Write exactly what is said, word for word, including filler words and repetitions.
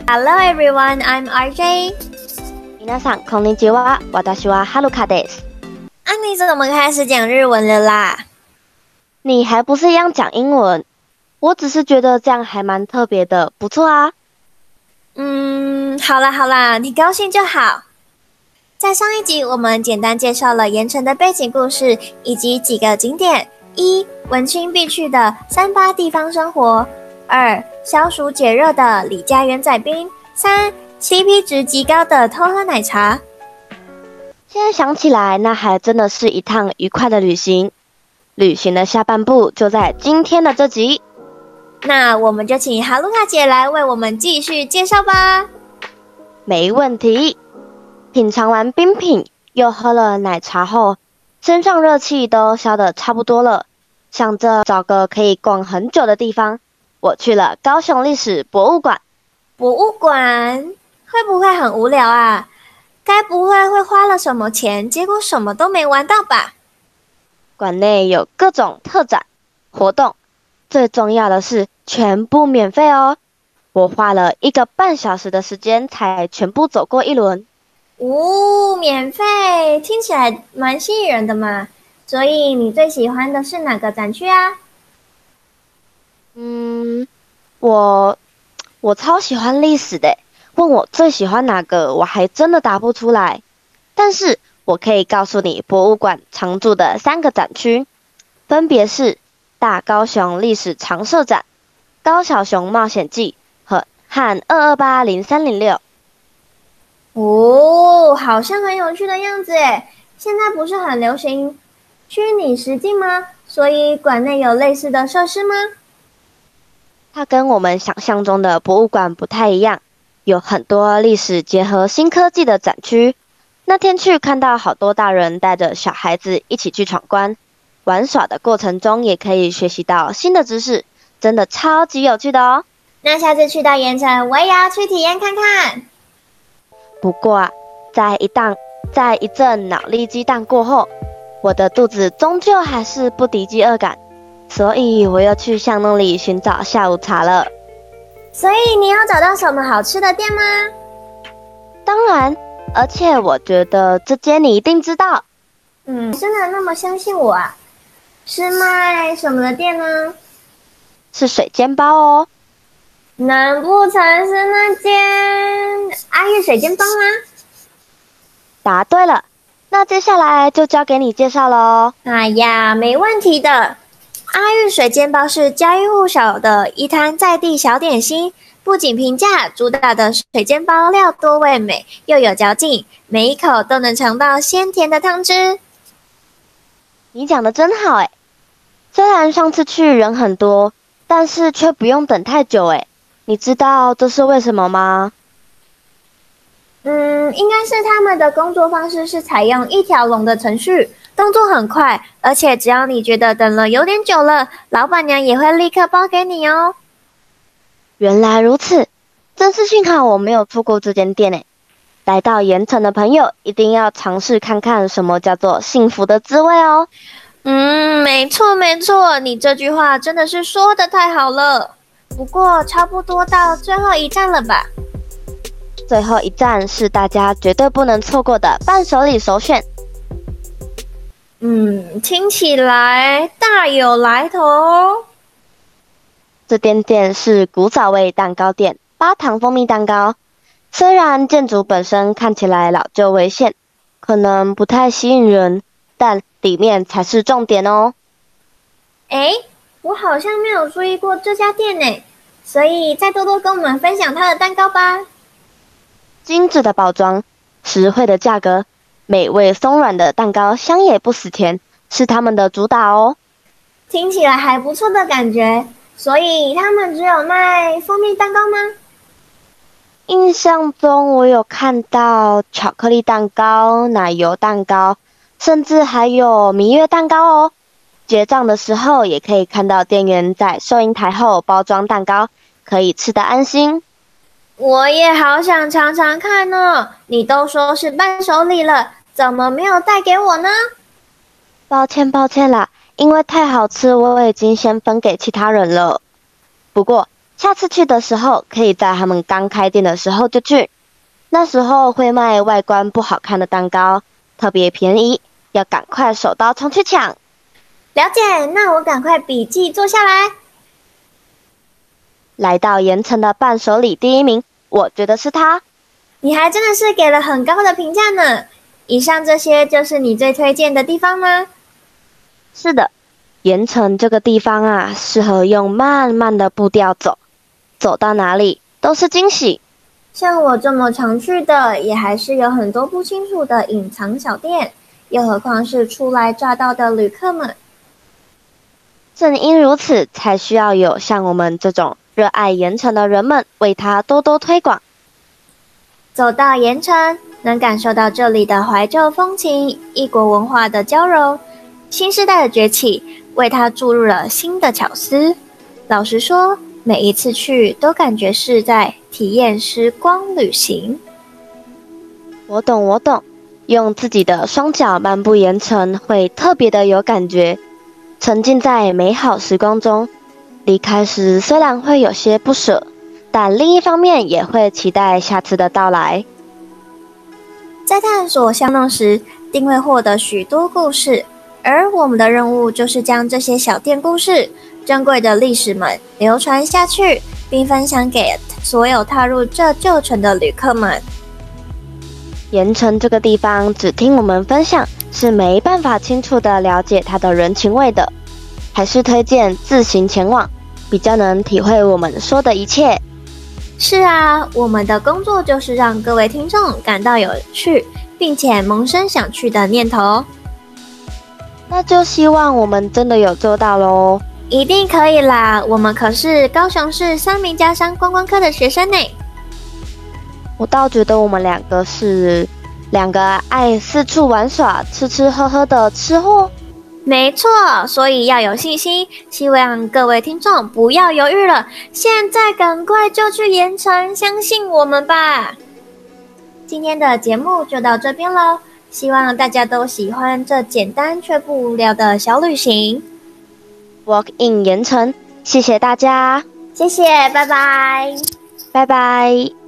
Hello everyone, I'm R J。 皆さんこんにちは。私ははるかです。 啊，你怎么开始讲日文了啦？ 你还不是一样讲英文？我只是觉得这样还蛮特别的，不错啊。 嗯，好啦好啦，你高兴就好。在上一集，我们简单介绍了盐城的背景故事以及几个景点：一、文青必去的三八地方生活；二、消暑解热的李家园仔冰；三、C P 值极高的偷喝奶茶。 现在想起来，那还真的是一趟愉快的旅行。旅行的下半部就在今天的这集。 那我们就请哈鲁卡姐来为我们继续介绍吧。 没问题。品尝完冰品，又喝了奶茶后，身上热气都消得差不多了，想着找个可以逛很久的地方，我去了高雄历史博物馆。 博物馆会不会很无聊啊？该不会会花了什么钱，结果什么都没玩到吧？ 馆内有各种特展活动，最重要的是全部免费哦。我花了一个半小时的时间才全部走过一轮。 哦，免费，听起来蛮吸引人的嘛。所以你最喜欢的是哪个展区啊？ 嗯，我我超喜欢历史的，问我最喜欢哪个，我还真的答不出来。但是我可以告诉你，博物馆常驻的三个展区，分别是大高雄历史常设展、高小熊冒险记和和二二八零三零六。 哦，好像很有趣的样子诶。现在不是很流行虚拟实境吗？所以馆内有类似的设施吗？ 它跟我们想象中的博物馆不太一样，有很多历史结合新科技的展区。那天去看到好多大人带着小孩子一起去闯关，玩耍的过程中也可以学习到新的知识，真的超级有趣的哦。 那下次去到盐城，我也要去体验看看。 不过啊，在一档在一阵脑力激荡过后，我的肚子终究还是不敌饥饿感，所以我又去巷弄里寻找下午茶了。 所以你有找到什么好吃的店吗？ 当然，而且我觉得这间你一定知道。 嗯，真的那么相信我啊？是卖什么的店呢？ 是水煎包哦。 难不成是那间阿玉水煎包吗？ 答对了，那接下来就交给你介绍咯。 哎呀，没问题的。阿玉水煎包是家喻户晓的一摊在地小点心，不仅平价，主打的水煎包料多味美，又有嚼劲，每一口都能尝到鲜甜的汤汁。 你讲的真好诶，虽然上次去人很多，但是却不用等太久诶。你知道这是为什么吗？ 嗯，应该是他们的工作方式是采用一条龙的程序，动作很快，而且只要你觉得等了有点久了，老板娘也会立刻包给你哦。 原来如此，真是幸好我没有错过这间店诶。来到盐城的朋友一定要尝试看看什么叫做幸福的滋味哦。 嗯，没错没错，你这句话真的是说得太好了。不过差不多到最后一站了吧？ 最后一站是大家绝对不能错过的伴手礼首选。 嗯，听起来大有来头哦。 这间店是古早味蛋糕店，八糖蜂蜜蛋糕。虽然建筑本身看起来老旧危险，可能不太吸引人，但里面才是重点哦。 诶，我好像没有注意过这家店呢，所以再多多跟我们分享它的蛋糕吧。 精致的包装，实惠的价格，美味松软的蛋糕，香也不死甜，是他们的主打哦。 听起来还不错的感觉，所以他们只有卖蜂蜜蛋糕吗？ 印象中我有看到巧克力蛋糕、奶油蛋糕，甚至还有蜜月蛋糕哦。结账的时候也可以看到店员在收银台后包装蛋糕，可以吃得安心。 我也好想尝尝看呢，你都说是伴手礼了，怎么没有带给我呢？ 抱歉抱歉啦，因为太好吃，我已经先分给其他人了。不过下次去的时候可以在他们刚开店的时候就去，那时候会卖外观不好看的蛋糕，特别便宜，要赶快手刀冲去抢。 了解，那我赶快笔记做下来。 来到盐城的伴手礼第一名，我觉得是它。 你还真的是给了很高的评价呢。以上这些就是你最推荐的地方吗？ 是的，盐城这个地方啊，适合用慢慢的步调走，走到哪里都是惊喜。 像我这么常去的，也还是有很多不清楚的隐藏小店，又何况是初来乍到的旅客们。 正因如此，才需要有像我们这种热爱盐城的人们为它多多推广。 走到盐城，能感受到这里的怀旧风情、异国文化的交融，新时代的崛起，为它注入了新的巧思。老实说，每一次去都感觉是在体验时光旅行。 我懂，我懂，用自己的双脚漫步盐城，会特别的有感觉，沉浸在美好时光中。离开时虽然会有些不舍，但另一方面也会期待下次的到来。 在探索巷弄时，定会获得许多故事，而我们的任务就是将这些小店故事、珍贵的历史们流传下去，并分享给所有踏入这旧城的旅客们。 盐城这个地方，只听我们分享是没办法清楚的了解它的人情味的，还是推荐自行前往，比较能体会我们说的一切。 是啊，我们的工作就是让各位听众感到有趣，并且萌生想去的念头。 那就希望我们真的有做到咯。 一定可以啦，我们可是高雄市三民家商观光科的学生呢。 我倒觉得我们两个是两个爱四处玩耍、吃吃喝喝的吃货。 没错，所以要有信心，希望各位听众不要犹豫了，现在赶快就去盐城，相信我们吧。今天的节目就到这边了，希望大家都喜欢这简单却不无聊的小旅行。 Walk in 盐城，谢谢大家， 谢谢，拜拜， 拜拜。